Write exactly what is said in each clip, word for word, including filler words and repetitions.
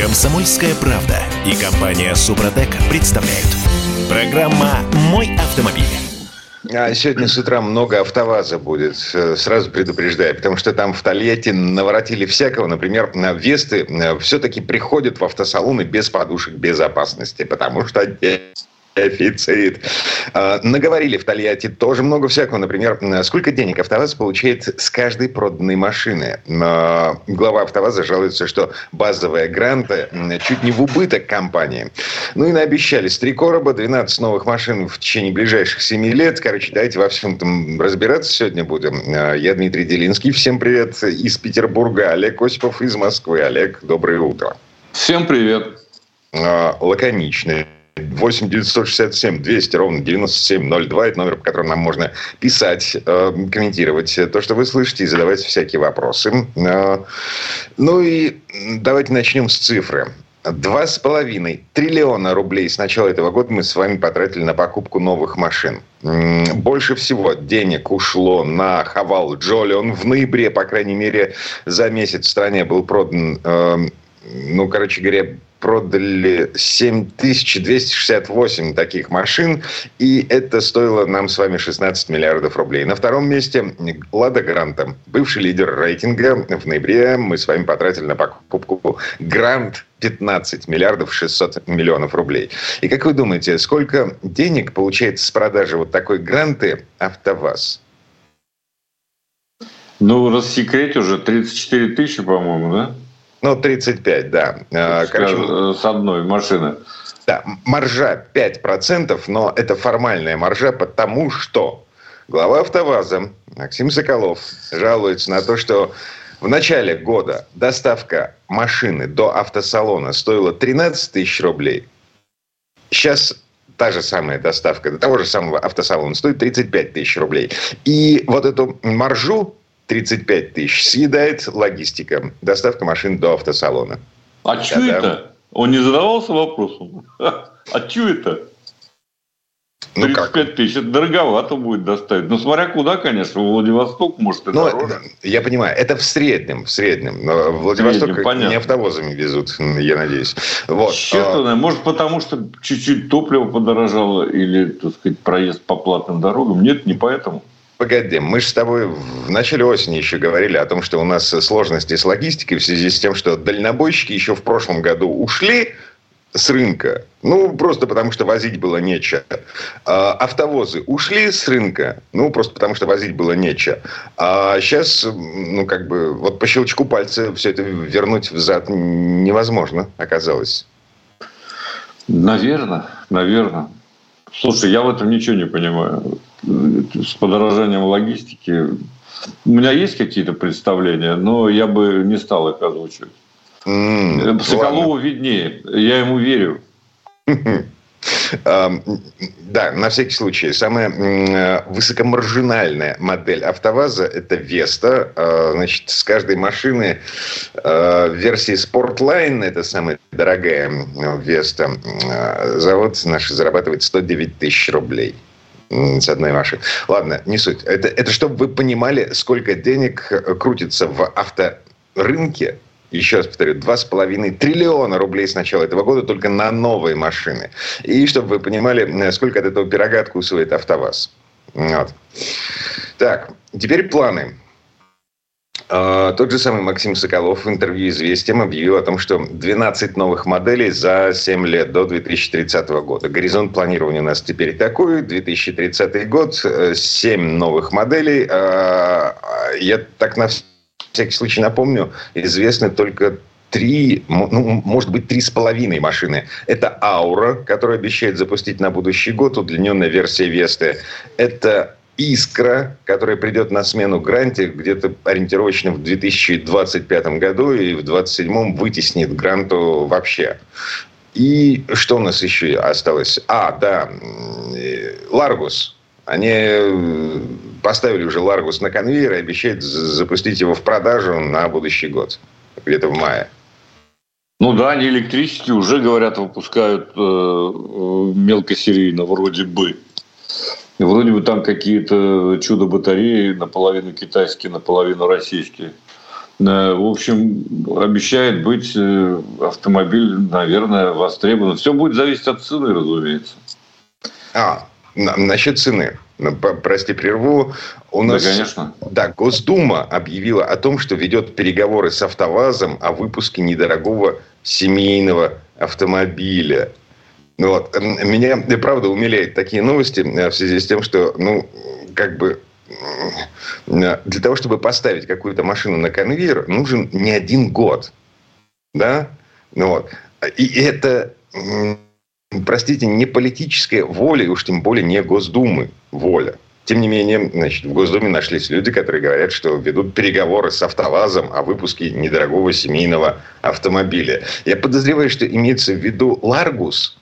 Комсомольская правда и компания «Супротек» представляют. Программа «Мой автомобиль». А сегодня с утра много АвтоВАЗа будет, сразу предупреждаю, потому что там в Тольятти наворотили всякого. Например, Весты все-таки приходят в автосалоны без подушек безопасности, потому что дефицит. Наговорили в Тольятти тоже много всякого. Например, сколько денег АвтоВАЗ получает с каждой проданной машины. Глава АвтоВАЗа жалуется, что базовая гранта чуть не в убыток компании. Ну и наобещали с три короба, двенадцать новых машин в течение ближайших семи лет. Короче, давайте во всем там разбираться сегодня будем. Я Дмитрий Делинский. Всем привет из Петербурга. Олег Осипов из Москвы. Олег, доброе утро. Всем привет. Лаконичный. восемь девятьсот шестьдесят семь двести ровно девяносто семь ноль два. Это номер, по которому нам можно писать, комментировать то, что вы слышите, и задавать всякие вопросы. Ну и давайте начнем с цифры. Два с половиной триллиона рублей с начала этого года мы с вами потратили на покупку новых машин. Больше всего денег ушло на Хавал Джолион. В ноябре, по крайней мере, за месяц в стране был продан, э, ну, короче говоря, продали семь тысяч двести шестьдесят восемь таких машин, и это стоило нам с вами шестнадцать миллиардов рублей. На втором месте Лада Гранта, бывший лидер рейтинга. В ноябре мы с вами потратили на покупку Грант пятнадцать миллиардов шестьсот миллионов рублей. И как вы думаете, сколько денег получается с продажи вот такой Гранты АвтоВАЗ? Ну, рассекреть уже тридцать четыре тысячи, по-моему, да? Ну, тридцать пять, да. Короче, с одной машины. Да, маржа пять процентов, но это формальная маржа, потому что глава АвтоВАЗа Максим Соколов жалуется на то, что в начале года доставка машины до автосалона стоила тринадцать тысяч рублей. Сейчас та же самая доставка до того же самого автосалона стоит тридцать пять тысяч рублей. И вот эту маржу тридцать пять тысяч съедает логистика, доставка машин до автосалона. А да, что да. это? Он не задавался вопросом? А что это? Ну тридцать пять тысяч, это дороговато будет доставить. Ну, смотря куда, конечно, в Владивосток, может, это ну, дороже. Я понимаю, это в среднем, в среднем. Но в Владивосток не автовозами везут, я надеюсь. Вот. Честно, может, потому что чуть-чуть топливо подорожало или, так сказать, проезд по платным дорогам? Нет, не поэтому. Погоди, мы же с тобой в начале осени еще говорили о том, что у нас сложности с логистикой в связи с тем, что дальнобойщики еще в прошлом году ушли с рынка. Ну, просто потому, что возить было нечего. А автовозы ушли с рынка. Ну, просто потому, что возить было нечего. А сейчас, ну, как бы, вот по щелчку пальца все это вернуть взад невозможно, оказалось. Наверное, наверное. Слушай, я в этом ничего не понимаю. С подорожанием логистики. У меня есть какие-то представления, но я бы не стал их озвучивать. Mm, Соколову ладно. Виднее. Я ему верю. Да, на всякий случай. Самая высокомаржинальная модель АвтоВАЗа – это Веста. Значит, с каждой машины в версии Sportline, это самая дорогая Веста, завод наш зарабатывает сто девять тысяч рублей. С одной машины. Ладно, не суть. Это, это чтобы вы понимали, сколько денег крутится в авторынке. Еще раз повторю, два с половиной триллиона рублей с начала этого года только на новые машины. И чтобы вы понимали, сколько от этого пирога откусывает АвтоВАЗ. Вот. Так, теперь планы. Тот же самый Максим Соколов в интервью «Известиям» объявил о том, что двенадцать новых моделей за семь лет до две тысячи тридцатого года. Горизонт планирования у нас теперь такой. две тысячи тридцатый год, семь новых моделей. Я так на всякий случай напомню, известны только три, ну, может быть, три с половиной машины. Это «Аура», которая обещает запустить на будущий год, удлиненная версия «Весты». Это «Искра», которая придет на смену «Гранте» где-то ориентировочно в две тысячи двадцать пятом году и в двадцать седьмом вытеснит «Гранту» вообще. И что у нас еще осталось? А, да, «Ларгус». Они поставили уже «Ларгус» на конвейер и обещают запустить его в продажу на будущий год, где-то в мае. Ну да, они электрические уже, говорят, выпускают э, мелкосерийно, вроде бы. И вроде бы там какие-то чудо-батареи, наполовину китайские, наполовину российские. В общем, обещает быть автомобиль, наверное, востребован. Все будет зависеть от цены, разумеется. А, насчет цены. Прости, прерву. У нас, да, конечно. Да, Госдума объявила о том, что ведет переговоры с АвтоВАЗом о выпуске недорогого семейного автомобиля. Вот. Меня, правда, умиляют такие новости в связи с тем, что, ну, как бы, для того, чтобы поставить какую-то машину на конвейер, нужен не один год. Да? Ну, вот. И это, простите, не политическая воля, и уж тем более не Госдумы воля. Тем не менее, значит, в Госдуме нашлись люди, которые говорят, что ведут переговоры с АвтоВАЗом о выпуске недорогого семейного автомобиля. Я подозреваю, что имеется в виду Ларгус.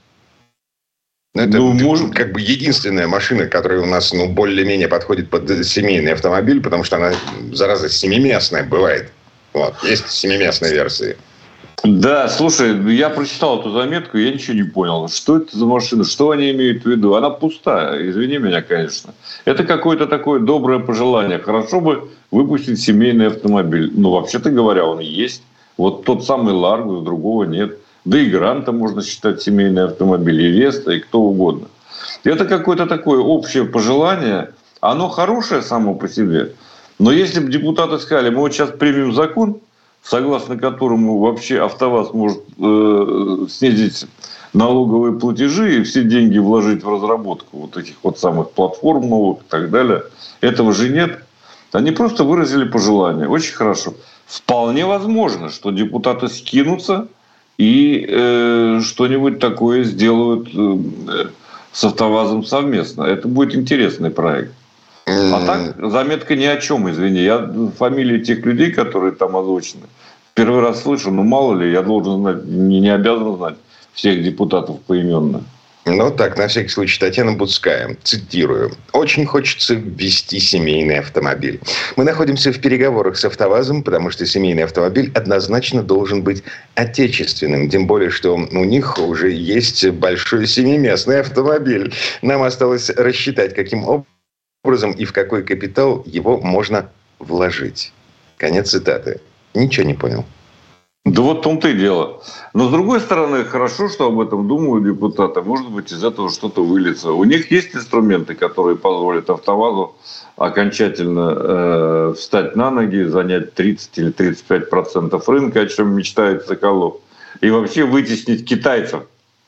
Ну, это ну, может... как бы единственная машина, которая у нас, ну, более-менее подходит под семейный автомобиль, потому что она, зараза, семиместная бывает. Вот. Есть семиместные версии. Да, слушай, я прочитал эту заметку, я ничего не понял. Что это за машина? Что они имеют в виду? Она пустая, извини меня, конечно. Это какое-то такое доброе пожелание. Хорошо бы выпустить семейный автомобиль. Ну, вообще-то говоря, он и есть. Вот тот самый Ларгус, другого нет. Да и Гранта можно считать семейный автомобиль, и Веста, и кто угодно. Это какое-то такое общее пожелание. Оно хорошее само по себе. Но если бы депутаты сказали, мы вот сейчас примем закон, согласно которому вообще АвтоВАЗ может э, снизить налоговые платежи и все деньги вложить в разработку вот этих вот самых платформ новых и так далее. Этого же нет. Они просто выразили пожелание. Очень хорошо. Вполне возможно, что депутаты скинутся и э, что-нибудь такое сделают э, с АвтоВАЗом совместно. Это будет интересный проект. А так, заметка ни о чем, извини. Я фамилии тех людей, которые там озвучены, первый раз слышу, но мало ли, я должен знать, не, не обязан знать всех депутатов поименно. Ну так, на всякий случай, Татьяна Буцкая, цитирую. «Очень хочется ввести семейный автомобиль. Мы находимся в переговорах с АвтоВАЗом, потому что семейный автомобиль однозначно должен быть отечественным. Тем более, что у них уже есть большой семиместный автомобиль. Нам осталось рассчитать, каким образом образом и в какой капитал его можно вложить». Конец цитаты. Ничего не понял. Да вот в том-то и дело. Но, с другой стороны, хорошо, что об этом думают депутаты. Может быть, из этого что-то выльется. У них есть инструменты, которые позволят АвтоВАЗу окончательно э, встать на ноги, занять тридцать или тридцать пять процентов рынка, о чем мечтает Соколов, и вообще вытеснить китайцев.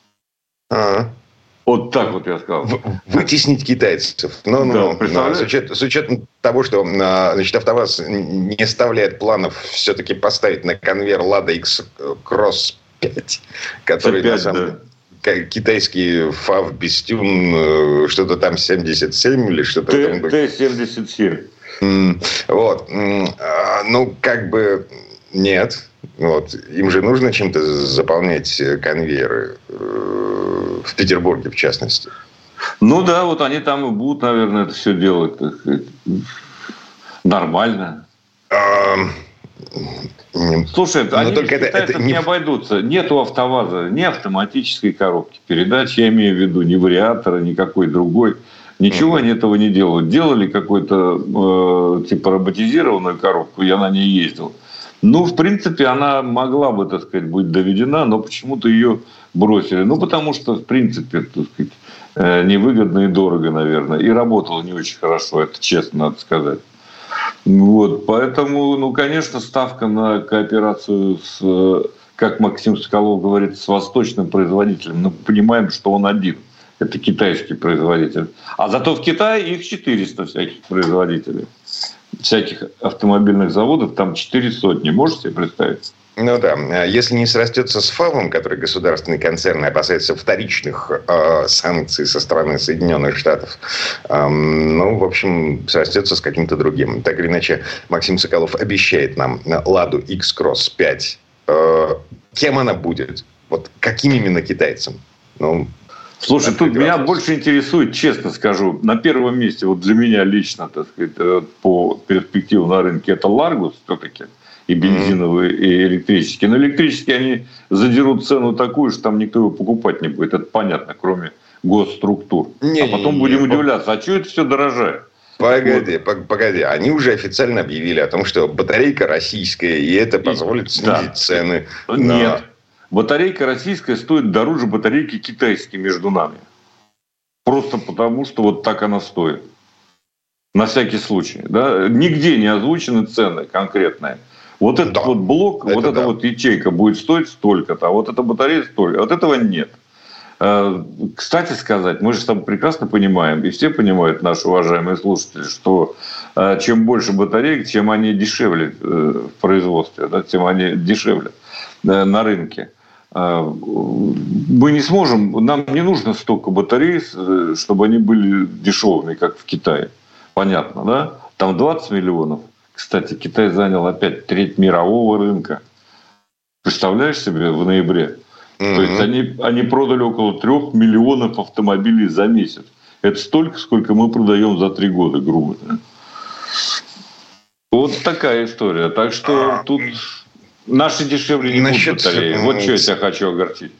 А-а. Вот так вот я сказал. Вытеснить китайцев. Ну, ну, да, с, учет, с учетом того, что, значит, АвтоВАЗ не оставляет планов все-таки поставить на конвейер Лада X-Cross пять, который на самом деле китайский ФАВ Бестюн, что-то там семьдесят семь или что-то там. Т семьдесят семь. Вот. Ну, как бы нет. Вот. Им же нужно чем-то заполнять конвейеры. В Петербурге, в частности. Ну да, вот они там и будут, наверное, это все делать. Так сказать. Нормально. А... Слушай, но они только это, это не... не обойдутся. Нет у АвтоВАЗа ни автоматической коробки передач, я имею в виду, ни вариатора, никакой другой. Ничего mm-hmm. они этого не делают. Делали какую-то э, типа роботизированную коробку, я на ней ездил. Ну, в принципе, она могла бы, так сказать, быть доведена, но почему-то ее бросили. Ну, потому что, в принципе, так сказать, невыгодно и дорого, наверное. И работала не очень хорошо, это честно надо сказать. Вот, поэтому, ну, конечно, ставка на кооперацию с, как Максим Соколов говорит, с восточным производителем. Мы понимаем, что он один. Это китайский производитель. А зато в Китае их четыреста всяких производителей. Всяких автомобильных заводов, там четыре сотни. Можете себе представить? Ну да. Если не срастется с ФАВом, который государственный концерн, и опасается вторичных э, санкций со стороны Соединенных Штатов, э, ну, в общем, срастется с каким-то другим. Так или иначе, Максим Соколов обещает нам Ладу X-Cross пять. Э, кем она будет? Вот каким именно китайцем? Ну, слушай, тут меня больше интересует, честно скажу, на первом месте, вот для меня лично, так сказать, по перспективам на рынке, это Ларгус все-таки, и бензиновые, и электрические. Но электрические, они задерут цену такую, что там никто его покупать не будет. Это понятно, кроме госструктур. Не, а потом не, будем не, удивляться, а что это все дорожает? Погоди, вот. погоди. Они уже официально объявили о том, что батарейка российская, и это позволит снизить да. цены. Нет. На... Батарейка российская стоит дороже батарейки китайской между нами. Просто потому, что вот так она стоит. На всякий случай. Да? Нигде не озвучены цены конкретные. Вот этот да. вот блок, это вот эта да. вот ячейка будет стоить столько-то, а вот эта батарея столько. Вот этого нет. Кстати сказать, мы же с тобой прекрасно понимаем, и все понимают, наши уважаемые слушатели, что чем больше батареек, чем они дешевле в производстве, да, тем они дешевле на рынке. Мы не сможем, нам не нужно столько батарей, чтобы они были дешевыми, как в Китае. Понятно, да? Там двадцать миллионов. Кстати, Китай занял опять треть мирового рынка. Представляешь себе, в ноябре? Mm-hmm. То есть они, они продали около трех миллионов автомобилей за месяц. Это столько, сколько мы продаем за три года, грубо. Да? Вот такая история. Так что тут наши дешевле не Насчет... будут батареи. Вот что я тебя хочу огорчить.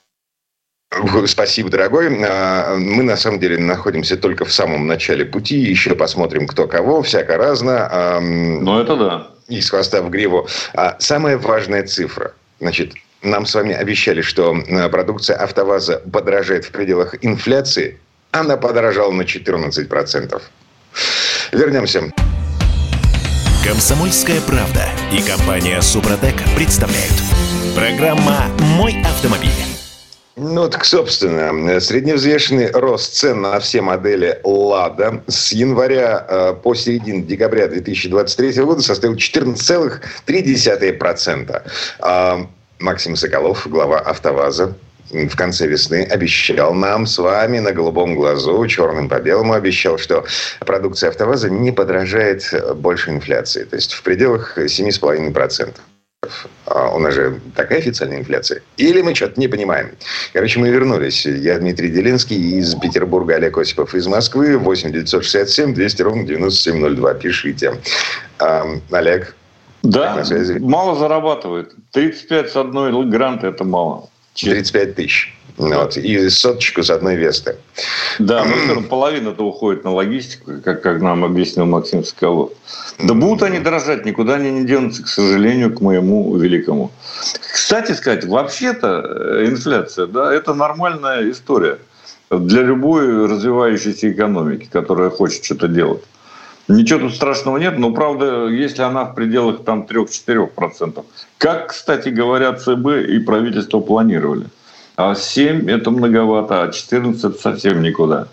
Спасибо, дорогой. Мы, на самом деле, находимся только в самом начале пути. Еще посмотрим, кто кого. Всяко разно. Ну, это да. Из хвоста в гриву. Самая важная цифра. Значит, нам с вами обещали, что продукция АвтоВАЗа подорожает в пределах инфляции. Она подорожала на четырнадцать процентов. Вернемся. «Комсомольская правда» и компания «Супротек» представляют. Программа «Мой автомобиль». Ну, так, собственно, средневзвешенный рост цен на все модели «Лада» с января э, по середину декабря две тысячи двадцать третьего года составил четырнадцать целых три десятых процента. Э, Максим Соколов, глава «АвтоВАЗа», в конце весны обещал нам с вами на голубом глазу, черным по белому, обещал, что продукция «АвтоВАЗа» не подорожает больше инфляции. То есть в пределах семь целых пять десятых процента. А у нас же такая официальная инфляция. Или мы что-то не понимаем. Короче, мы вернулись. Я Дмитрий Делинский из Петербурга, Олег Осипов из Москвы. восемь девятьсот шестьдесят семь двести ровно девяносто семь ноль два. Пишите. А, Олег. Да, мало зарабатывает. тридцать пять с одной гранта – это мало. тридцать пять тысяч. Вот. И соточку с одной Весты. Да, но все равно половина-то уходит на логистику, как, как нам объяснил Максим Соколов. Да будут они дорожать, никуда они не денутся, к сожалению, к моему великому. Кстати сказать, вообще-то инфляция, да, это нормальная история для любой развивающейся экономики, которая хочет что-то делать. Ничего тут страшного нет, но, правда, если она в пределах там, три-четыре процента. Как, кстати говоря, ЦБ и правительство планировали. А семь это многовато, а четырнадцать совсем никуда.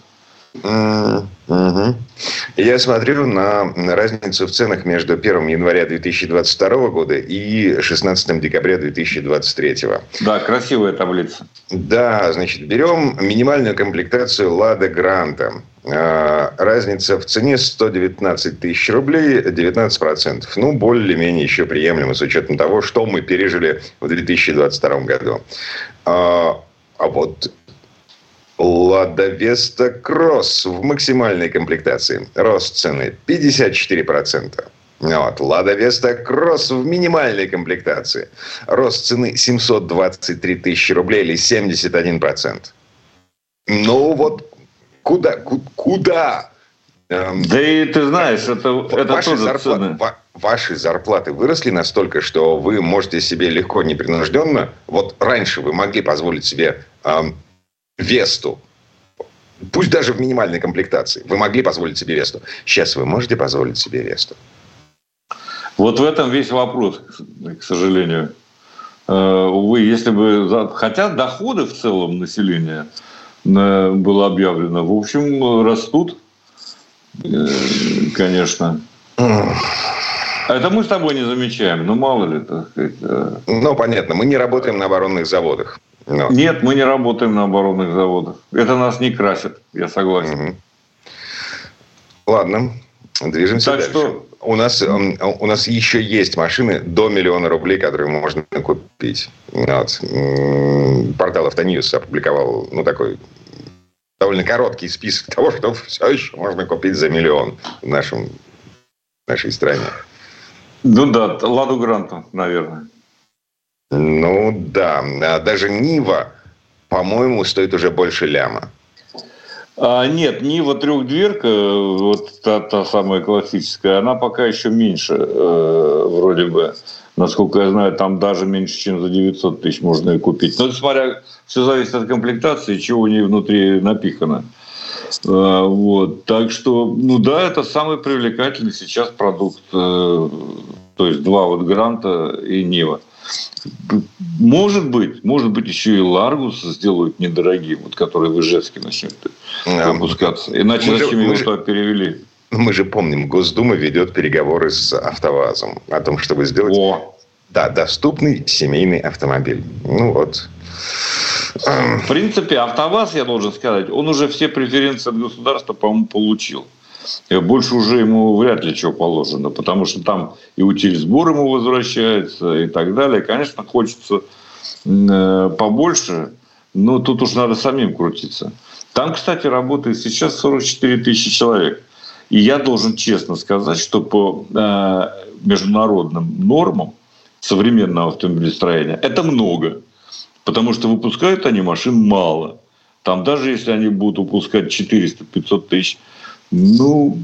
Mm-hmm. Я смотрю на разницу в ценах между первого января две тысячи двадцать второго года и шестнадцатого декабря две тысячи двадцать третьего. Да, красивая таблица. Да, значит, берем минимальную комплектацию «Лада Гранта». Разница в цене сто девятнадцать тысяч рублей, девятнадцать процентов. Ну, более-менее еще приемлемо с учетом того, что мы пережили в две тысячи двадцать втором году. А, а вот «Лада Веста Кросс» в максимальной комплектации. Рост цены пятьдесят четыре процента. Вот. «Лада Веста Кросс» в минимальной комплектации. Рост цены семьсот двадцать три тысячи рублей или семьдесят один процент. Ну вот куда? Куда? Да и ты знаешь, это, это ваши тоже зарплаты, цены. Ваши зарплаты выросли настолько, что вы можете себе легко, непринужденно. Вот раньше вы могли позволить себе эм, Весту. Пусть даже в минимальной комплектации. Вы могли позволить себе Весту. Сейчас вы можете позволить себе Весту. Вот в этом весь вопрос, к сожалению. Увы, если бы... Хотя доходы в целом населения было объявлено, в общем, растут, конечно. Это мы с тобой не замечаем, ну мало ли, так сказать. Ну, понятно, мы не работаем на оборонных заводах. Но. Нет, мы не работаем на оборонных заводах. Это нас не красит, я согласен. Угу. Ладно, движемся так дальше. Что... У нас, у нас еще есть машины до миллиона рублей, которые можно купить. Вот. Портал «Автоньюз» опубликовал ну, такой довольно короткий список того, что все еще можно купить за миллион в нашем, в нашей стране. Ну да, «Ладу Гранту», наверное. Ну да, даже «Нива», по-моему, стоит уже больше ляма. А, нет, Нива трехдверка, вот та, та самая классическая, она пока еще меньше, э, вроде бы. Насколько я знаю, там даже меньше, чем за девятьсот тысяч можно и купить. Но, смотря, все зависит от комплектации, чего у нее внутри напихано. А, вот. Так что, ну да, это самый привлекательный сейчас продукт. Э, то есть два вот Гранта и Нива. Может быть, может быть, еще и Ларгус сделают недорогим, вот, который в Ижевске начнет выпускаться. Иначе мы зачем же, его же, туда перевели? Мы же помним, Госдума ведет переговоры с АвтоВАЗом о том, чтобы сделать о. Да, доступный семейный автомобиль. Ну вот. В принципе, АвтоВАЗ, я должен сказать, он уже все преференции от государства, по-моему, получил. И больше уже ему вряд ли чего положено, потому что там и утильсбор ему возвращается и так далее. Конечно, хочется э, побольше, но тут уж надо самим крутиться. Там, кстати, работает сейчас сорок четыре тысячи человек. И я должен честно сказать, что по э, международным нормам современного автомобилестроения это много. Потому что выпускают они машин мало. Там даже если они будут выпускать четыреста-пятьсот тысяч, ну,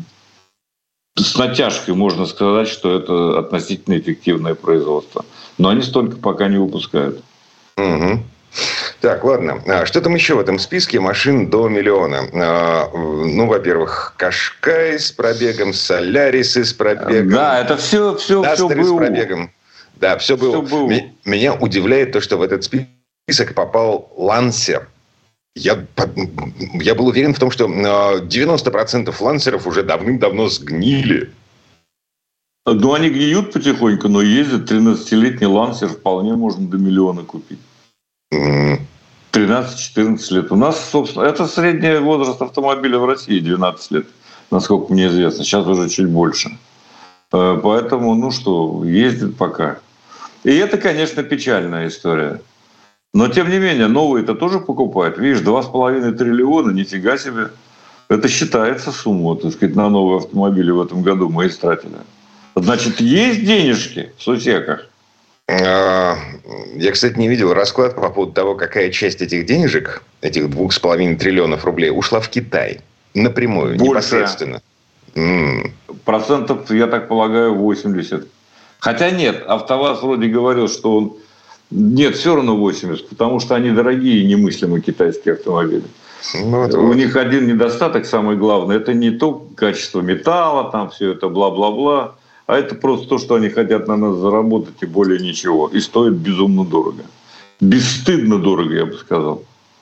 с натяжкой можно сказать, что это относительно эффективное производство. Но они столько пока не выпускают. Угу. Так, ладно. А что там еще в этом списке машин до миллиона? А, ну, во-первых, Кашкай с пробегом, Солярисы с пробегом. Да, это все, все, все было. с пробегом. Да, все было. все было. Меня удивляет то, что в этот список попал Лансер. Я, я был уверен в том, что девяносто процентов лансеров уже давным-давно сгнили. Ну, они гниют потихоньку, но ездят. тринадцатилетний лансер вполне можно до миллиона купить. тринадцать-четырнадцать лет. У нас, собственно, это средний возраст автомобиля в России, двенадцать лет, насколько мне известно. Сейчас уже чуть больше. Поэтому, ну что, ездит пока. И это, конечно, печальная история. Но, тем не менее, новые-то тоже покупают. Видишь, два с половиной триллиона, нифига себе. Это считается сумма, так сказать, на новые автомобили в этом году мы истратили. Значит, есть денежки в сусеках? Я, кстати, не видел расклад по поводу того, какая часть этих денежек, этих двух с половиной триллионов рублей, ушла в Китай. Напрямую, больше. Непосредственно. М-м. Процентов, я так полагаю, восемьдесят. Хотя нет, АвтоВАЗ вроде говорил, что он... Нет, все равно восемьдесят, потому что они дорогие и немыслимые китайские автомобили. Вот, У вот. них один недостаток, самый главный, это не то качество металла, там все это бла-бла-бла, а это просто то, что они хотят на нас заработать, и более ничего. И стоит безумно дорого. Бесстыдно дорого, я бы сказал.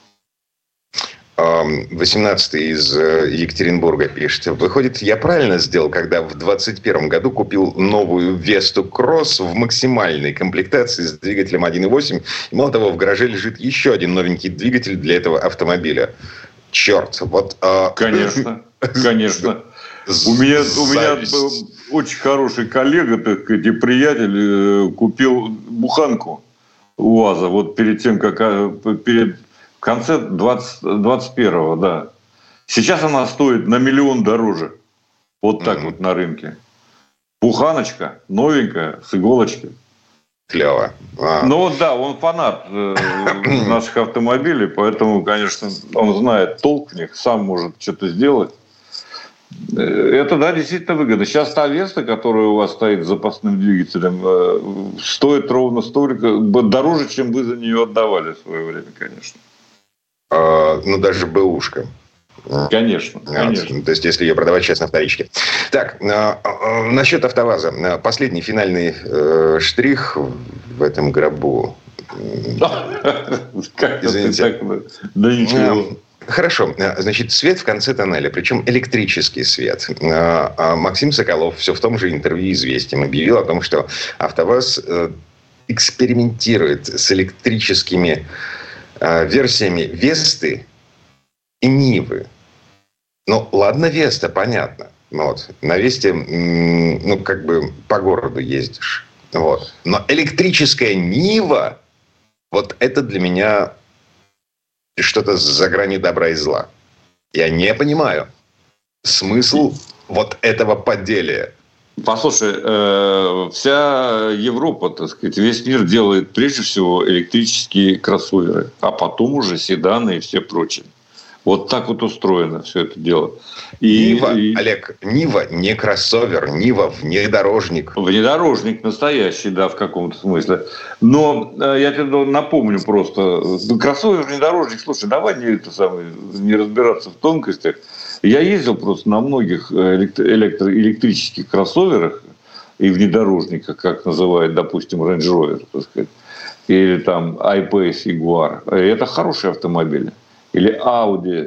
восемнадцатый из Екатеринбурга пишет. Выходит, я правильно сделал, когда в двадцать первом году купил новую Весту Кросс в максимальной комплектации с двигателем один и восемь. И мало того, в гараже лежит еще один новенький двигатель для этого автомобиля. Черт. Вот, конечно, конечно. У меня, у меня очень хороший коллега, так сказать, и приятель купил буханку УАЗа вот перед тем, как... перед В конце двадцать первого, да. Сейчас она стоит на миллион дороже. Вот так mm-hmm. вот на рынке. Буханочка, новенькая, с иголочки. Клево. А. Ну вот да, он фанат э, наших автомобилей, поэтому, конечно, он знает толк в них, сам может что-то сделать. Это, да, действительно выгодно. Сейчас та Веста, которая у вас стоит с запасным двигателем, э, стоит ровно столько, дороже, чем вы за нее отдавали в свое время, конечно. Ну, даже бэушка. Конечно, конечно. Вот. То есть, если ее продавать сейчас на вторичке. Так, насчет АвтоВАЗа. Последний финальный э, штрих в этом гробу. Извините. Да ничего. Хорошо. Значит, свет в конце тоннеля, причем электрический свет. Максим Соколов все в том же интервью «Известиям» объявил о том, что АвтоВАЗ экспериментирует с электрическими версиями Весты и Нивы. Ну, ладно, Веста, понятно. Вот. На Весте, ну, как бы по городу ездишь. Вот. Но электрическая Нива, вот это для меня что-то за гранью добра и зла. Я не понимаю смысл вот этого поделия. Послушай, э, вся Европа, так сказать, весь мир делает прежде всего электрические кроссоверы, а потом уже седаны и все прочее. Вот так вот устроено все это дело. И, Нива, и... Олег, Нива не кроссовер, Нива внедорожник. Внедорожник настоящий, да, в каком-то смысле. Но э, я тебе напомню просто. Кроссовер, внедорожник, слушай, давай не, это самое, не разбираться в тонкостях. Я ездил просто на многих электро- электро- электрических кроссоверах и внедорожниках, как называют, допустим, Range Rover, так сказать, или там I-Pace, Jaguar. Это хорошие автомобили. Или Audi,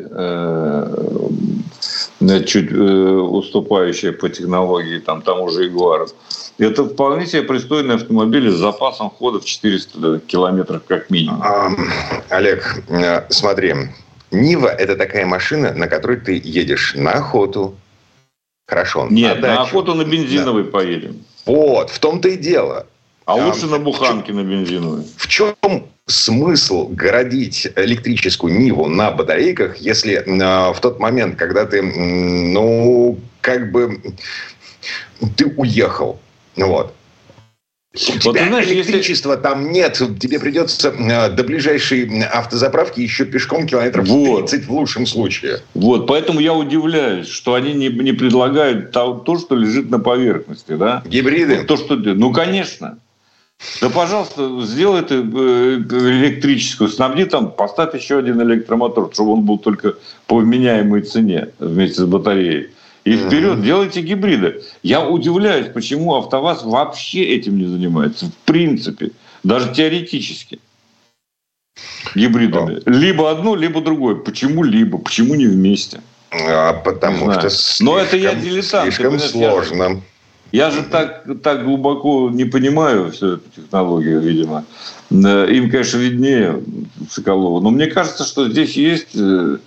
э, чуть э, уступающая по технологии там, тому же Jaguar. Это вполне себе пристойные автомобили с запасом хода в четыреста километров как минимум. А, Олег, смотри, Нива – это такая машина, на которой ты едешь на охоту. Хорошо. Нет, на, на охоту на бензиновый да. поедем. Вот, в том-то и дело. А, а лучше на буханке на бензиновой. В чем смысл городить электрическую Ниву на батарейках, если э, в тот момент, когда ты, ну, как бы, ты уехал, вот. У вот тебя знаешь, электричества если... там нет, тебе придется э, до ближайшей автозаправки еще пешком километров вот. тридцать в лучшем случае. Вот, поэтому я удивляюсь, что они не, не предлагают то, то, что лежит на поверхности, да? Гибриды? Вот то, что... Ну, конечно. Да, пожалуйста, сделай ты электрическую, снабди там, поставь еще один электромотор, чтобы он был только по вменяемой цене вместе с батареей. И вперед, mm-hmm. делайте гибриды. Я удивляюсь, почему АвтоВАЗ вообще этим не занимается. В принципе, даже теоретически. Гибридами. Oh. Либо одно, либо другое. Почему либо? Почему не вместе? А, потому что слишком, но это я дилетант. Слишком сложно. Я же так, так глубоко не понимаю всю эту технологию, видимо. Им, конечно, виднее Соколову. Но мне кажется, что здесь есть, я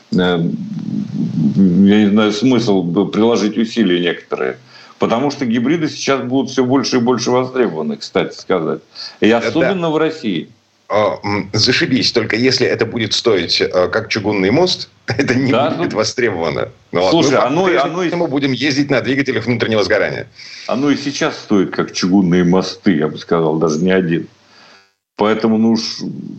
не знаю, смысл приложить усилия некоторые. Потому что гибриды сейчас будут все больше и больше востребованы, кстати сказать. И особенно да. в России. Зашибись, только если это будет стоить как чугунный мост, это не да, будет ну... востребовано. Но Слушай, мы оно, оно и... мы будем ездить на двигателях внутреннего сгорания. Оно и сейчас стоит как чугунные мосты, я бы сказал, даже не один. Поэтому, ну уж...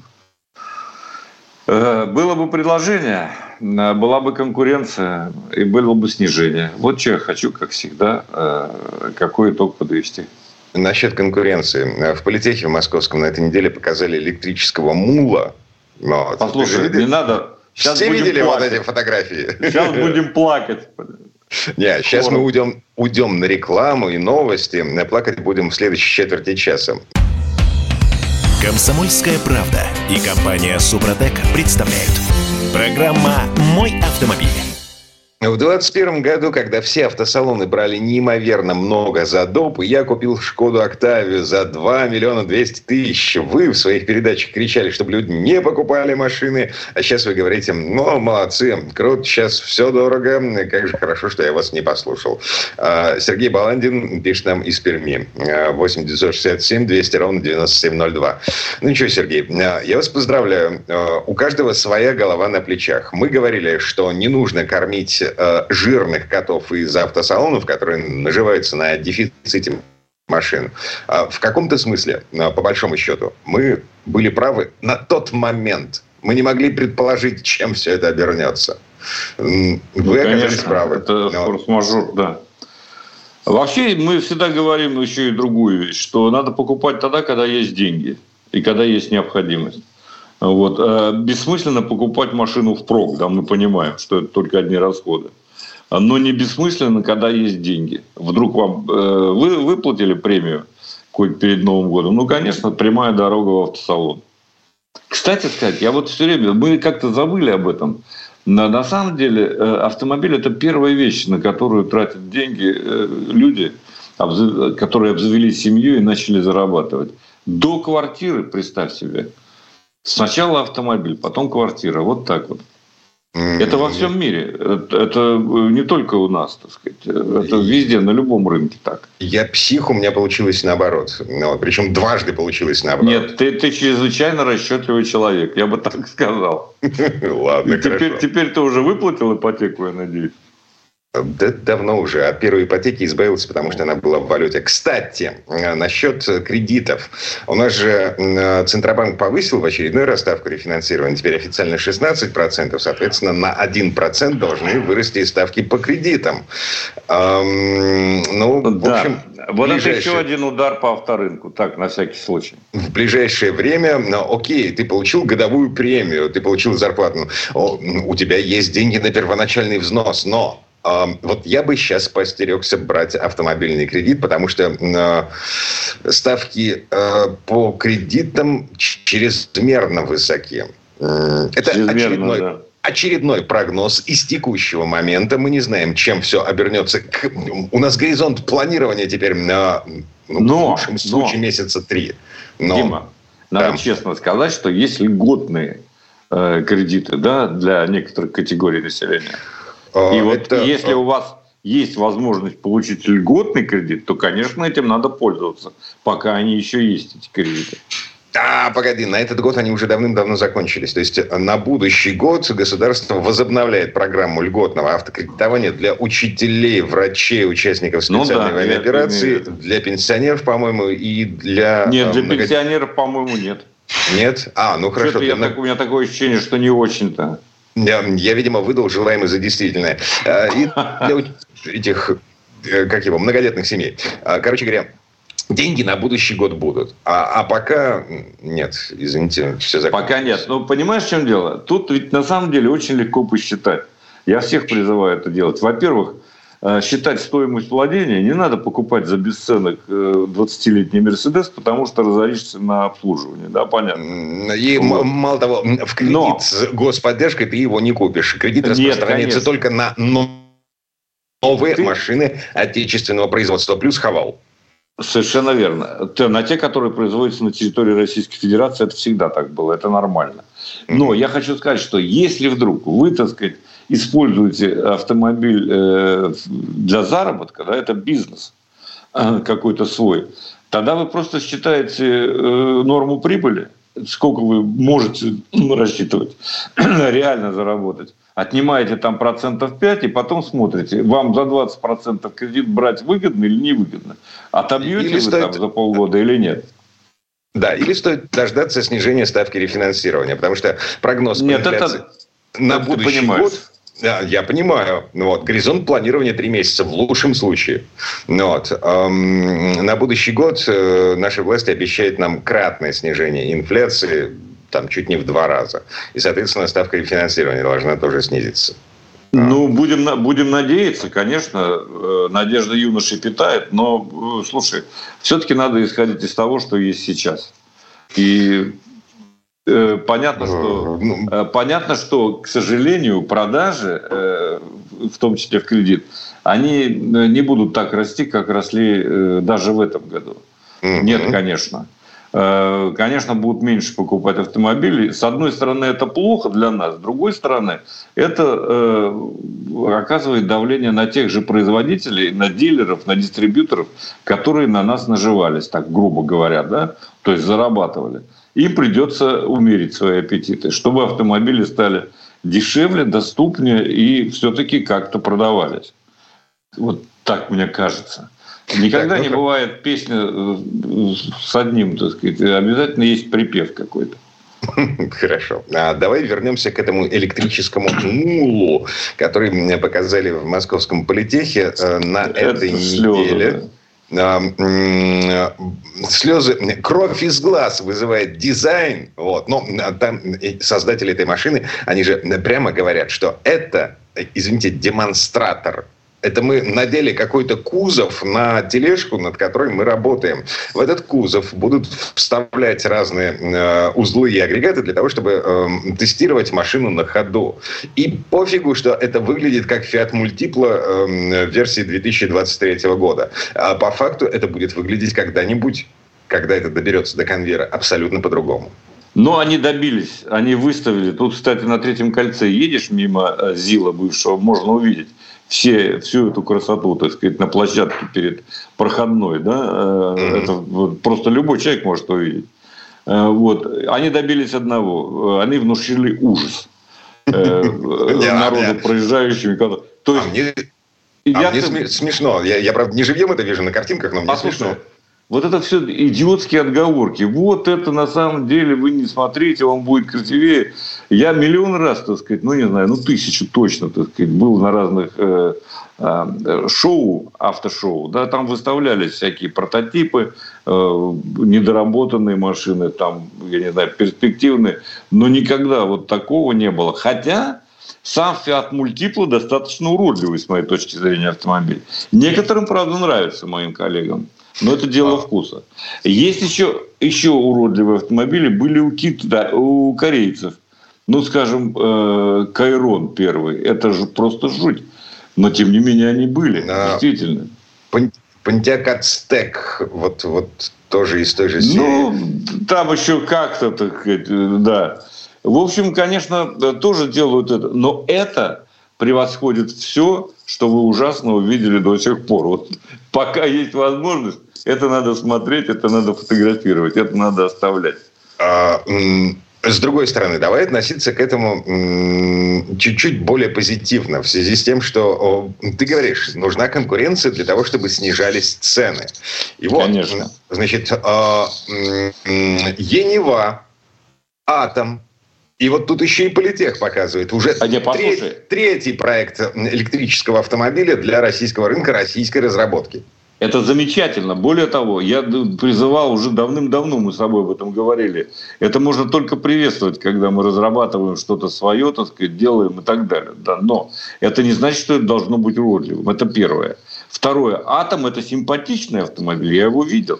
Было бы предложение, была бы конкуренция и было бы снижение. Вот что я хочу, как всегда, какой итог подвести. Насчет конкуренции. В политехе в московском на этой неделе показали электрического мула. Вот. Послушай, не надо... Сейчас все видели плакать. Вот эти фотографии? Сейчас будем плакать. Нет, сейчас мы уйдем, уйдем на рекламу и новости. Плакать будем в следующей четверти часа. «Комсомольская правда» и компания «Супротек» представляют. Программа «Мой автомобиль». В двадцать первом году, когда все автосалоны брали неимоверно много за доп, я купил «Шкоду Октавию» за два миллиона двести тысяч. Вы в своих передачах кричали, чтобы люди не покупали машины. А сейчас вы говорите, ну, молодцы, круто, сейчас все дорого. Как же хорошо, что я вас не послушал. Сергей Баландин пишет нам из Перми. восемь девятьсот шестьдесят семь двести ровно девяносто семь ноль два. Ну ничего, Сергей, я вас поздравляю. У каждого своя голова на плечах. Мы говорили, что не нужно кормить жирных котов из автосалонов, которые наживаются на дефиците машин. В каком-то смысле, по большому счету, мы были правы на тот момент. Мы не могли предположить, чем все это обернется. Вы ну, оказались конечно, правы. Это форс-мажор, да. Вообще, мы всегда говорим еще и другую вещь, что надо покупать тогда, когда есть деньги и когда есть необходимость. Вот. Бессмысленно покупать машину впрок, да, мы понимаем, что это только одни расходы. Но не бессмысленно, когда есть деньги. Вдруг вам э, вы выплатили премию какую-то перед Новым годом, ну, конечно, прямая дорога в автосалон. Кстати сказать, я вот все время, мы как-то забыли об этом. На, на самом деле автомобиль – это первая вещь, на которую тратят деньги э, люди, обзав... которые обзавелись семьей и начали зарабатывать. До квартиры, представь себе. Сначала автомобиль, потом квартира. Вот так вот. Mm-hmm. Это во всем мире. Это, это не только у нас, так сказать. Это везде, на любом рынке так. Я псих, у меня получилось наоборот. Ну, причем дважды получилось наоборот. Нет, ты, ты чрезвычайно расчетливый человек. Я бы так сказал. Ладно, теперь, теперь ты уже выплатил ипотеку, я надеюсь? Да, давно уже от первой ипотеки избавился, потому что она была в валюте. Кстати, насчет кредитов. У нас же Центробанк повысил в очередной раз ставку рефинансирования. Теперь официально шестнадцать процентов. Соответственно, на один процент должны вырасти ставки по кредитам. Эм, ну, в да. общем... Вот ближайшее... это еще один удар по авторынку. Так, на всякий случай. В ближайшее время, ну, окей, ты получил годовую премию, ты получил зарплату. О, у тебя есть деньги на первоначальный взнос, но... Вот я бы сейчас поостерегся брать автомобильный кредит, потому что э, ставки э, по кредитам чрезмерно высоки. Это очередной, да. очередной прогноз из текущего момента. Мы не знаем, чем все обернется. У нас горизонт планирования теперь на, ну, но, в лучшем случае но, месяца три. Но, Дима, надо да. честно сказать, что есть льготные э, кредиты, да, для некоторых категорий населения. И вот это... если у вас есть возможность получить льготный кредит, то, конечно, этим надо пользоваться, пока они еще есть, эти кредиты. А, погоди, на этот год они уже давным-давно закончились. То есть на будущий год государство возобновляет программу льготного автокредитования для учителей, врачей, участников специальной ну, да, военной операции, имею... для пенсионеров, по-моему, и для... Нет, для много... пенсионеров, по-моему, нет. Нет? А, ну хорошо. Я для... так, у меня такое ощущение, что не очень-то. Я, я, видимо, выдал желаемое за действительное. И для этих, как его, многодетных семей. Короче говоря, деньги на будущий год будут. А, а пока нет, извините, все закончилось. Пока нет. Ну, понимаешь, в чем дело? Тут ведь на самом деле очень легко посчитать. Я всех призываю это делать. Во-первых, считать стоимость владения, не надо покупать за бесценок двадцатилетний Мерседес, потому что разоришься на обслуживание, да, понятно. И вот. Мало того, в кредит Но... с господдержкой ты его не купишь. Кредит Нет, распространяется конечно. только на новые ты... машины отечественного производства, плюс хавал. Совершенно верно. На те, которые производятся на территории Российской Федерации, это всегда так было, это нормально. Но mm-hmm. я хочу сказать, что если вдруг вы, так сказать, используете автомобиль э, для заработка, да, это бизнес э, какой-то свой, тогда вы просто считаете э, норму прибыли, сколько вы можете рассчитывать, реально заработать. Отнимаете там процентов пять, и потом смотрите, вам за двадцать процентов кредит брать выгодно или невыгодно. Отобьете или вы стоит... там за полгода или нет? Да, или стоит дождаться снижения ставки рефинансирования, потому что прогноз по инфляции на будущий год... Да, я понимаю. Вот. Горизонт планирования три месяца в лучшем случае. Вот. Эм, на будущий год э, наши власти обещают нам кратное снижение инфляции, там чуть не в два раза. И, соответственно, ставка рефинансирования должна тоже снизиться. Ну, будем, будем надеяться, конечно. Надежда юноши питает. Но, слушай, все-таки надо исходить из того, что есть сейчас. И... Понятно, что, понятно, что, к сожалению, продажи, в том числе в кредит, они не будут так расти, как росли даже в этом году. Нет, конечно. Конечно, будут меньше покупать автомобили. С одной стороны, это плохо для нас. С другой стороны, это оказывает давление на тех же производителей, на дилеров, на дистрибьюторов, которые на нас наживались, так грубо говоря, да? То есть зарабатывали. Им придется умерить свои аппетиты, чтобы автомобили стали дешевле, доступнее и все-таки как-то продавались. Вот так мне кажется. Никогда так, не ну, бывает песня с одним, так сказать. Обязательно есть припев какой-то. Хорошо. А давай вернемся к этому электрическому мулу, который мне показали в Московском политехе на Это этой неделе. Да. Слезы, кровь из глаз вызывает дизайн. Вот. Но там создатели этой машины, они же прямо говорят, что это, извините, демонстратор. Это мы надели какой-то кузов на тележку, над которой мы работаем. В этот кузов будут вставлять разные э, узлы и агрегаты для того, чтобы э, тестировать машину на ходу. И пофигу, что это выглядит как Fiat Multipla э, версии две тысячи двадцать третьего года. А по факту это будет выглядеть когда-нибудь, когда это доберется до конвейера, абсолютно по-другому. Но они добились, они выставили. Тут, кстати, на Третьем кольце едешь мимо ЗИЛа бывшего, можно увидеть. Все, всю эту красоту, так сказать, на площадке перед проходной, да, mm-hmm. это вот, просто любой человек может увидеть. Вот. Они добились одного, они внушили ужас народу проезжающим. То есть А мне ты... смешно. Я, я, правда, не живьем это вижу на картинках, но мне Послушай, смешно. Вот это все идиотские отговорки. Вот это на самом деле вы не смотрите, он будет красивее. Я миллион раз, так сказать, ну не знаю, ну тысячу точно, так сказать, был на разных э, э, шоу, автошоу. Да, там выставлялись всякие прототипы, э, недоработанные машины, там, я не знаю, перспективные. Но никогда вот такого не было. Хотя сам Fiat Multipla достаточно уродливый, с моей точки зрения, автомобиль. Некоторым, правда, нравится, моим коллегам. Но это дело вкуса. Есть еще, еще уродливые автомобили, были у, кита, у корейцев. Ну, скажем, э, Кайрон первый. Это же просто жуть. Но, тем не менее, они были. А, действительно. Pontiac Aztek. Вот, вот тоже из той же серии. Ну, там еще как-то, так сказать, да. В общем, конечно, тоже делают это. Но это превосходит все, что вы ужасно увидели до сих пор. Вот пока есть возможность, это надо смотреть, это надо фотографировать, это надо оставлять. А, с другой стороны, давай относиться к этому м, чуть-чуть более позитивно, в связи с тем, что о, ты говоришь, нужна конкуренция для того, чтобы снижались цены. И вот, конечно. Значит, а, м, Енива, Атом, и вот тут еще и Политех показывает. Уже а не, третий, третий проект электрического автомобиля для российского рынка, российской разработки. Это замечательно. Более того, я призывал уже давным-давно, мы с собой об этом говорили. Это можно только приветствовать, когда мы разрабатываем что-то свое, так сказать, делаем и так далее. Да, но это не значит, что это должно быть уродливым. Это первое. Второе. Атом – это симпатичный автомобиль. Я его видел.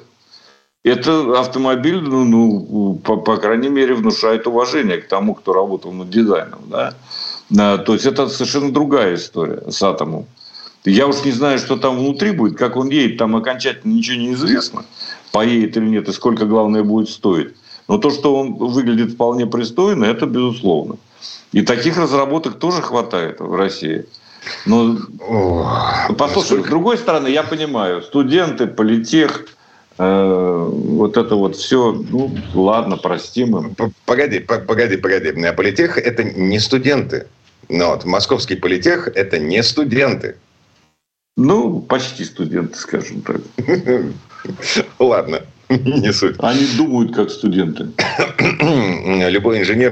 Это автомобиль, ну, ну по, по крайней мере, внушает уважение к тому, кто работал над дизайном. Да? А, то есть, это совершенно другая история с Атомом. Я уж не знаю, что там внутри будет, как он едет, там окончательно ничего не известно, поедет или нет, и сколько, главное, будет стоить. Но то, что он выглядит вполне пристойно, это безусловно. И таких разработок тоже хватает в России. Но, О, послушай, с другой стороны, я понимаю, студенты, политех, э, вот это вот все, ну, ладно, простим им. Погоди, погоди, погоди. Политех – это не студенты. Но вот московский политех – это не студенты. Ну, почти студенты, скажем так. Ладно, не суть. Они думают, как студенты. Любой инженер...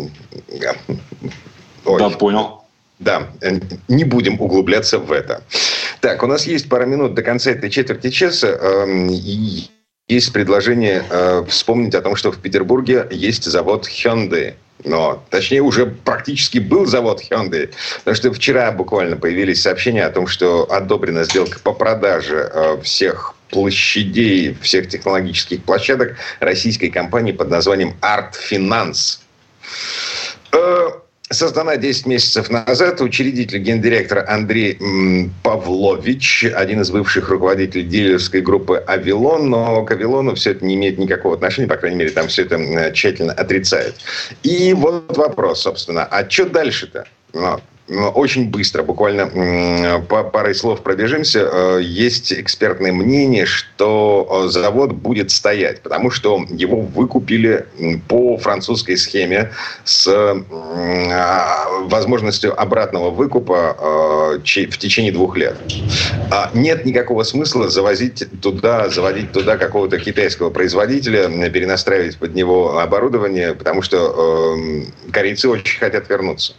Ой. Да, понял. Да, не будем углубляться в это. Так, у нас есть пара минут до конца этой четверти часа. И есть предложение вспомнить о том, что в Петербурге есть завод Hyundai. Но, точнее, уже практически был завод Hyundai. Потому что вчера буквально появились сообщения о том, что одобрена сделка по продаже э, всех площадей, всех технологических площадок российской компании под названием Art Finance. Э, создана десять месяцев назад. Учредитель, гендиректор Андрей м, Павлович, один из бывших руководителей дилерской группы «Авилон», но к «Авилону» все это не имеет никакого отношения, по крайней мере, там все это тщательно отрицает. И вот вопрос, собственно, а что дальше-то? Ну, очень быстро, буквально по парой слов пробежимся. Есть экспертное мнение, что завод будет стоять, потому что его выкупили по французской схеме с возможностью обратного выкупа в течение двух лет. Нет никакого смысла завозить туда, заводить туда какого-то китайского производителя, перенастраивать под него оборудование, потому что корейцы очень хотят вернуться.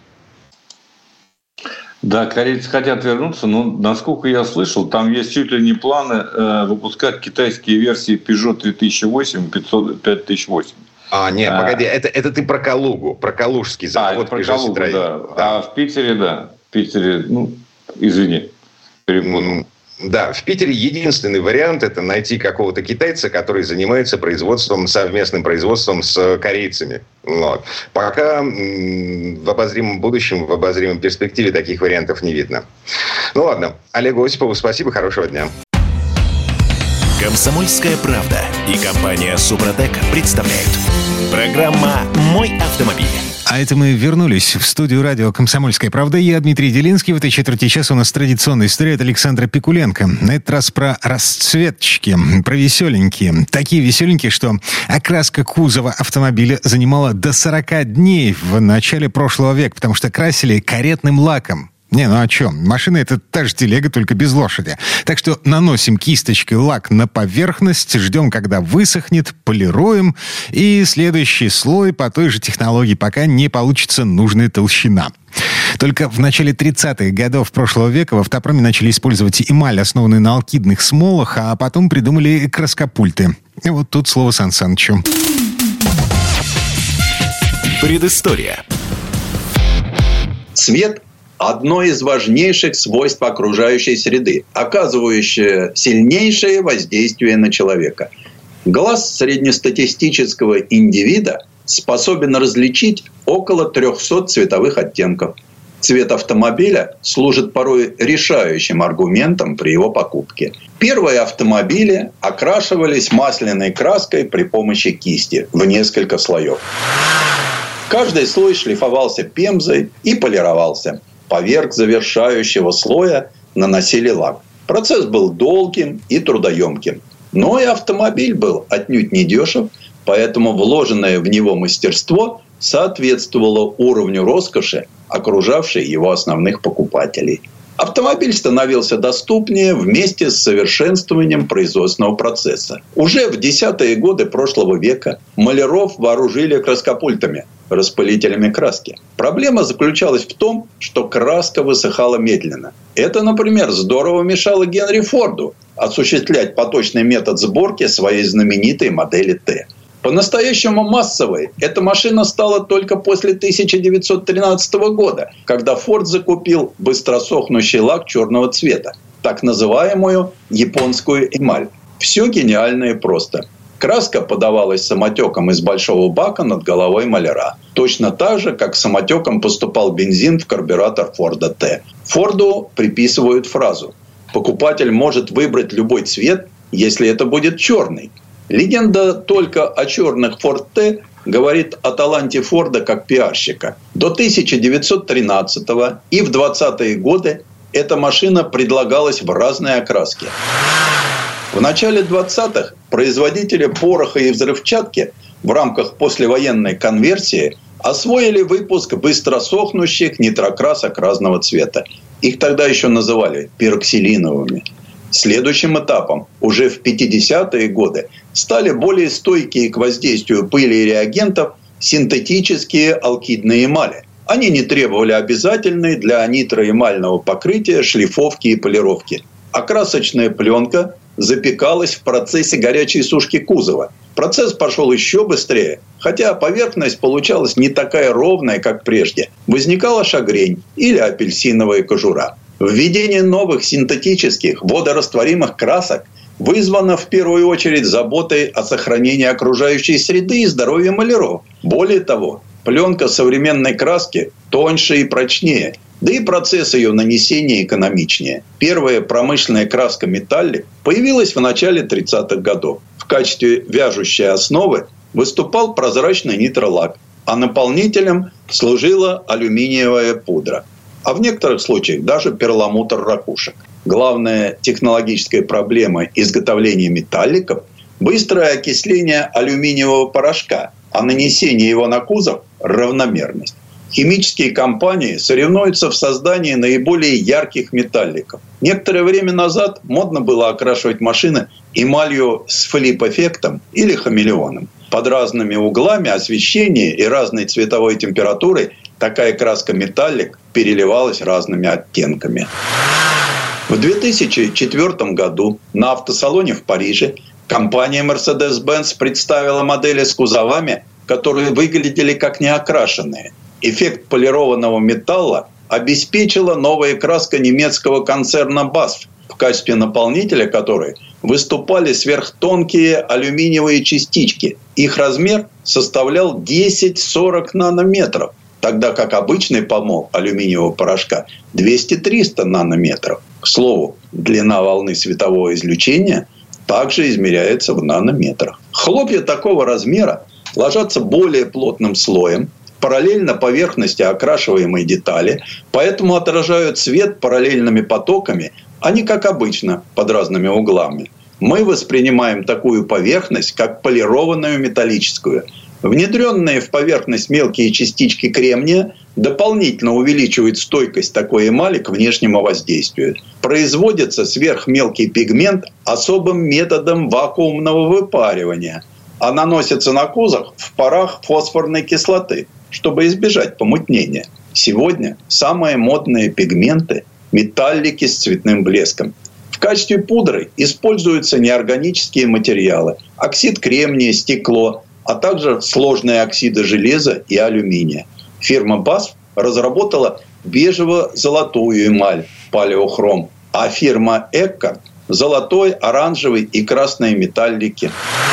Да, корейцы хотят вернуться, но, насколько я слышал, там есть чуть ли не планы э, выпускать китайские версии Peugeot три тысячи восемь, пятьсот, пять тысяч восемь. А, нет, а, погоди, это, это ты про Калугу, про калужский завод. А, это про Калугу, да. да. А в Питере, да, в Питере, ну, извини, перепутал. Да, в Питере единственный вариант – это найти какого-то китайца, который занимается производством, совместным производством с корейцами. Вот. Пока в обозримом будущем, в обозримой перспективе таких вариантов не видно. Ну ладно, Олегу Осипову спасибо, хорошего дня. «Комсомольская правда» и компания «Супротек» представляют. Программа «Мой автомобиль». А это мы вернулись в студию радио «Комсомольская правда». Я Дмитрий Делинский. В этой четверти часа у нас традиционная история от Александра Пикуленко. На этот раз про расцветочки, про веселенькие. Такие веселенькие, что окраска кузова автомобиля занимала до сорок дней в начале прошлого века, потому что красили каретным лаком. Не, ну а что? Машина — это та же телега, только без лошади. Так что наносим кисточкой лак на поверхность, ждем, когда высохнет, полируем, и следующий слой по той же технологии, пока не получится нужная толщина. Только в начале тридцатых годов прошлого века в автопроме начали использовать эмаль, основанную на алкидных смолах, а потом придумали краскопульты. И вот тут слово Сан Санычу. Предыстория. Цвет – одно из важнейших свойств окружающей среды, оказывающее сильнейшее воздействие на человека. Глаз среднестатистического индивида способен различить около трехсот цветовых оттенков. Цвет автомобиля служит порой решающим аргументом при его покупке. Первые автомобили окрашивались масляной краской при помощи кисти в несколько слоев. Каждый слой шлифовался пемзой и полировался. Поверх завершающего слоя наносили лак. Процесс был долгим и трудоемким. Но и автомобиль был отнюдь не дешев, поэтому вложенное в него мастерство соответствовало уровню роскоши, окружавшей его основных покупателей. Автомобиль становился доступнее вместе с совершенствованием производственного процесса. Уже в десятые годы прошлого века маляров вооружили краскопультами, распылителями краски. Проблема заключалась в том, что краска высыхала медленно. Это, например, здорово мешало Генри Форду осуществлять поточный метод сборки своей знаменитой модели Т. По-настоящему массовой эта машина стала только после тысяча девятьсот тринадцатого года, когда Форд закупил быстросохнущий лак черного цвета, так называемую японскую эмаль. Все гениально и просто. Краска подавалась самотеком из большого бака над головой маляра. Точно так же, как самотеком поступал бензин в карбюратор Форда Т. Форду приписывают фразу: покупатель может выбрать любой цвет, если это будет черный. Легенда только о черных Форд Т говорит о таланте Форда как пиарщика. До тысяча девятьсот тринадцатого и в двадцатые годы эта машина предлагалась в разные окраски. В начале двадцатых производители пороха и взрывчатки в рамках послевоенной конверсии освоили выпуск быстросохнущих нитрокрасок разного цвета. Их тогда еще называли пироксилиновыми. Следующим этапом, уже в пятидесятые годы, стали более стойкие к воздействию пыли и реагентов синтетические алкидные эмали. Они не требовали обязательной для нитроэмального покрытия шлифовки и полировки. А красочная пленка запекалась в процессе горячей сушки кузова. Процесс пошел еще быстрее, хотя поверхность получалась не такая ровная, как прежде. Возникала шагрень или апельсиновая кожура. Введение новых синтетических водорастворимых красок вызвано в первую очередь заботой о сохранении окружающей среды и здоровья маляров. Более того, пленка современной краски тоньше и прочнее, да и процесс ее нанесения экономичнее. Первая промышленная краска металлик появилась в начале тридцатых годов. В качестве вяжущей основы выступал прозрачный нитролак, а наполнителем служила алюминиевая пудра. А в некоторых случаях даже перламутр ракушек. Главная технологическая проблема изготовления металликов – быстрое окисление алюминиевого порошка, а нанесение его на кузов – равномерность. Химические компании соревнуются в создании наиболее ярких металликов. Некоторое время назад модно было окрашивать машины эмалью с флип-эффектом или хамелеоном. Под разными углами освещения и разной цветовой температурой такая краска металлик переливалась разными оттенками. В две тысячи четвёртом году на автосалоне в Париже компания Mercedes-Benz представила модели с кузовами, которые выглядели как неокрашенные. Эффект полированного металла обеспечила новая краска немецкого концерна би эй эс эф, в качестве наполнителя которой выступали сверхтонкие алюминиевые частички. Их размер составлял десять-сорок нанометров, тогда как обычный помол алюминиевого порошка двести-триста нанометров. К слову, длина волны светового излучения также измеряется в нанометрах. Хлопья такого размера ложатся более плотным слоем, параллельно поверхности окрашиваемой детали, поэтому отражают свет параллельными потоками, а не как обычно, под разными углами. Мы воспринимаем такую поверхность как полированную металлическую. Внедренные в поверхность мелкие частички кремния дополнительно увеличивает стойкость такой эмали к внешнему воздействию. Производится сверхмелкий пигмент особым методом вакуумного выпаривания, а наносится на кузов в парах фосфорной кислоты, чтобы избежать помутнения. Сегодня самые модные пигменты – металлики с цветным блеском. В качестве пудры используются неорганические материалы – оксид кремния, стекло, а также сложные оксиды железа и алюминия. Фирма би эй эс эф разработала бежево-золотую эмаль палеохром, а фирма Экко – золотой, оранжевый и красные металлики.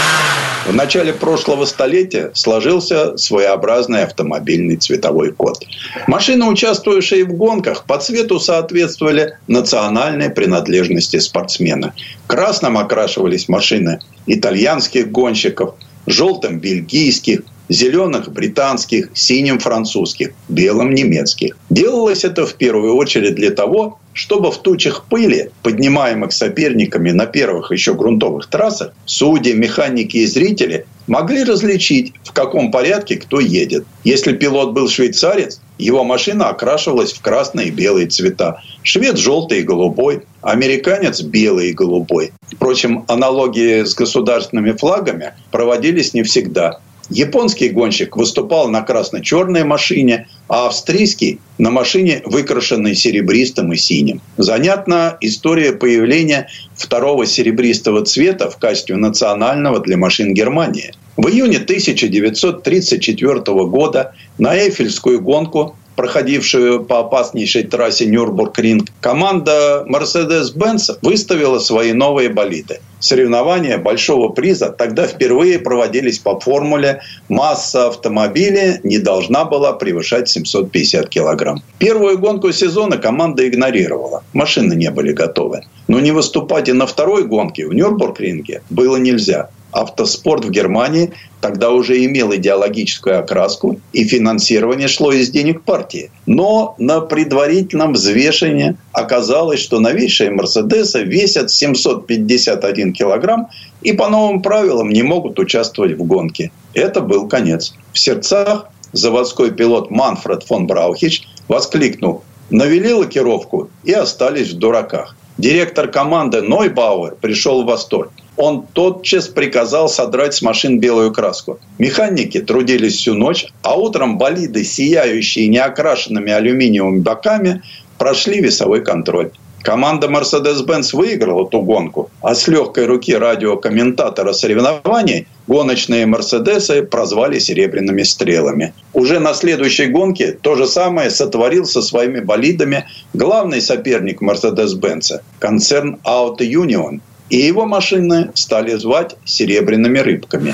В начале прошлого столетия сложился своеобразный автомобильный цветовой код. Машины, участвующие в гонках, по цвету соответствовали национальной принадлежности спортсмена. Красным окрашивались машины итальянских гонщиков, желтым – бельгийских, зеленых – британских, синим – французских, белым – немецких. Делалось это в первую очередь для того, чтобы в тучах пыли, поднимаемых соперниками на первых еще грунтовых трассах, судьи, механики и зрители могли различить, в каком порядке кто едет. Если пилот был швейцарец, его машина окрашивалась в красный и белый цвета. Швед – желтый и голубой, американец – белый и голубой. Впрочем, аналогии с государственными флагами проводились не всегда. Японский гонщик выступал на красно-черной машине, а австрийский – на машине, выкрашенной серебристым и синим. Занятна история появления второго серебристого цвета в качестве национального для машин Германии. В июне тысяча девятьсот тридцать четвёртого года на Эйфельскую гонку, проходившую по опаснейшей трассе Нюрбургринг, команда Mercedes-Benz выставила свои новые болиды. Соревнования большого приза тогда впервые проводились по формуле «масса автомобиля не должна была превышать семьсот пятьдесят килограмм». Первую гонку сезона команда игнорировала. Машины не были готовы. Но не выступать и на второй гонке в Нюрбургринге было нельзя. Автоспорт в Германии тогда уже имел идеологическую окраску, и финансирование шло из денег партии. Но на предварительном взвешивании оказалось, что новейшие «Мерседесы» весят семьсот пятьдесят один килограмм и по новым правилам не могут участвовать в гонке. Это был конец. В сердцах заводской пилот Манфред фон Браухич воскликнул: «Навели лакировку и остались в дураках». Директор команды Нойбауэр пришел в восторг. Он тотчас приказал содрать с машин белую краску. Механики трудились всю ночь, а утром болиды, сияющие неокрашенными алюминиевыми боками, прошли весовой контроль. Команда Mercedes-Benz выиграла ту гонку, а с легкой руки радиокомментатора соревнований гоночные «Мерседесы» прозвали «серебряными стрелами». Уже на следующей гонке то же самое сотворил со своими болидами главный соперник Mercedes-Benz – концерн Auto Union. И его машины стали звать «серебряными рыбками».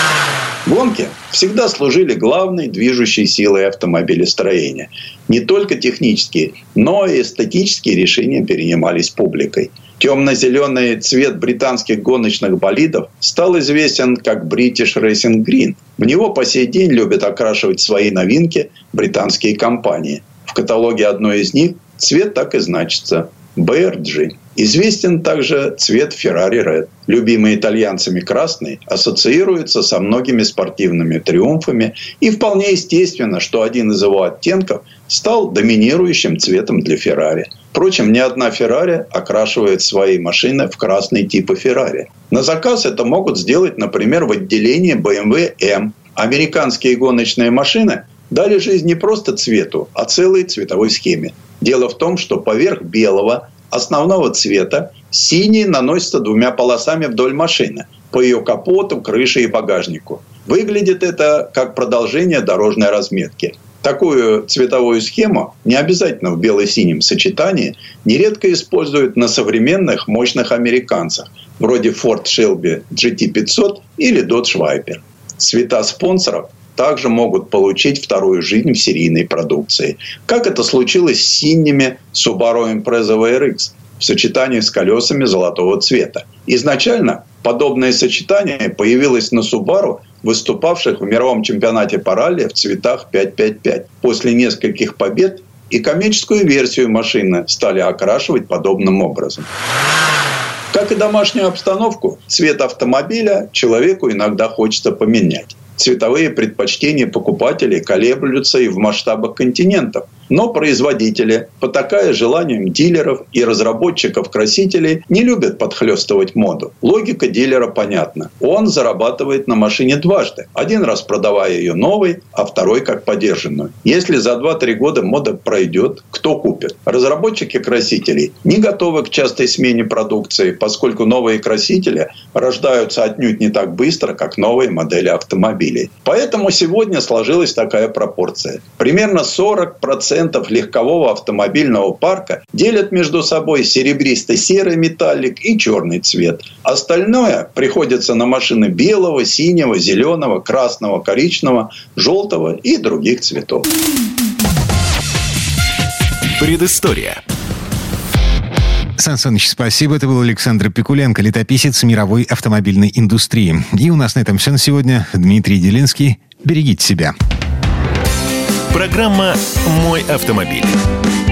Гонки всегда служили главной движущей силой автомобилестроения. Не только технические, но и эстетические решения перенимались публикой. Темно-зеленый цвет британских гоночных болидов стал известен как British Racing Green. В него по сей день любят окрашивать свои новинки британские компании. В каталоге одной из них цвет так и значится – би ар джи. Известен также цвет Ferrari Red. Любимый итальянцами красный ассоциируется со многими спортивными триумфами, и вполне естественно, что один из его оттенков стал доминирующим цветом для Ferrari. Впрочем, ни одна Ferrari окрашивает свои машины в красный типа Ferrari. На заказ это могут сделать, например, в отделении би эм дабл ю эм. Американские гоночные машины дали жизнь не просто цвету, а целой цветовой схеме. Дело в том, что поверх белого основного цвета синий наносится двумя полосами вдоль машины, по ее капоту, крыше и багажнику. Выглядит это как продолжение дорожной разметки. Такую цветовую схему, не обязательно в бело-синем сочетании, нередко используют на современных мощных американцах, вроде Ford Shelby джи ти пятьсот или Dodge Viper. Цвета спонсоров также могут получить вторую жизнь в серийной продукции. Как это случилось с синими Subaru Impreza ви ар икс в сочетании с колесами золотого цвета. Изначально подобное сочетание появилось на Subaru, выступавших в мировом чемпионате по ралли в цветах пять пять пять. После нескольких побед и коммерческую версию машины стали окрашивать подобным образом. Как и домашнюю обстановку, цвет автомобиля человеку иногда хочется поменять. цветовые предпочтения покупателей колеблются и в масштабах континентов. Но производители, потакая желаниям дилеров и разработчиков красителей, не любят подхлестывать моду. Логика дилера понятна. Он зарабатывает на машине дважды. Один раз продавая ее новой, а второй как подержанную. Если за два-три года мода пройдет, кто купит? Разработчики красителей не готовы к частой смене продукции, поскольку новые красители рождаются отнюдь не так быстро, как новые модели автомобилей. Поэтому сегодня сложилась такая пропорция. Примерно сорок процентов легкового автомобильного парка делят между собой серебристо-серый металлик и черный цвет. Остальное приходится на машины белого, синего, зеленого, красного, коричневого, желтого и других цветов. Предыстория. Сан Саныч, спасибо. Это был Александр Пикуленко, летописец мировой автомобильной индустрии. И у нас на этом все на сегодня. Дмитрий Делинский. Берегите себя. Программа «Мой автомобиль».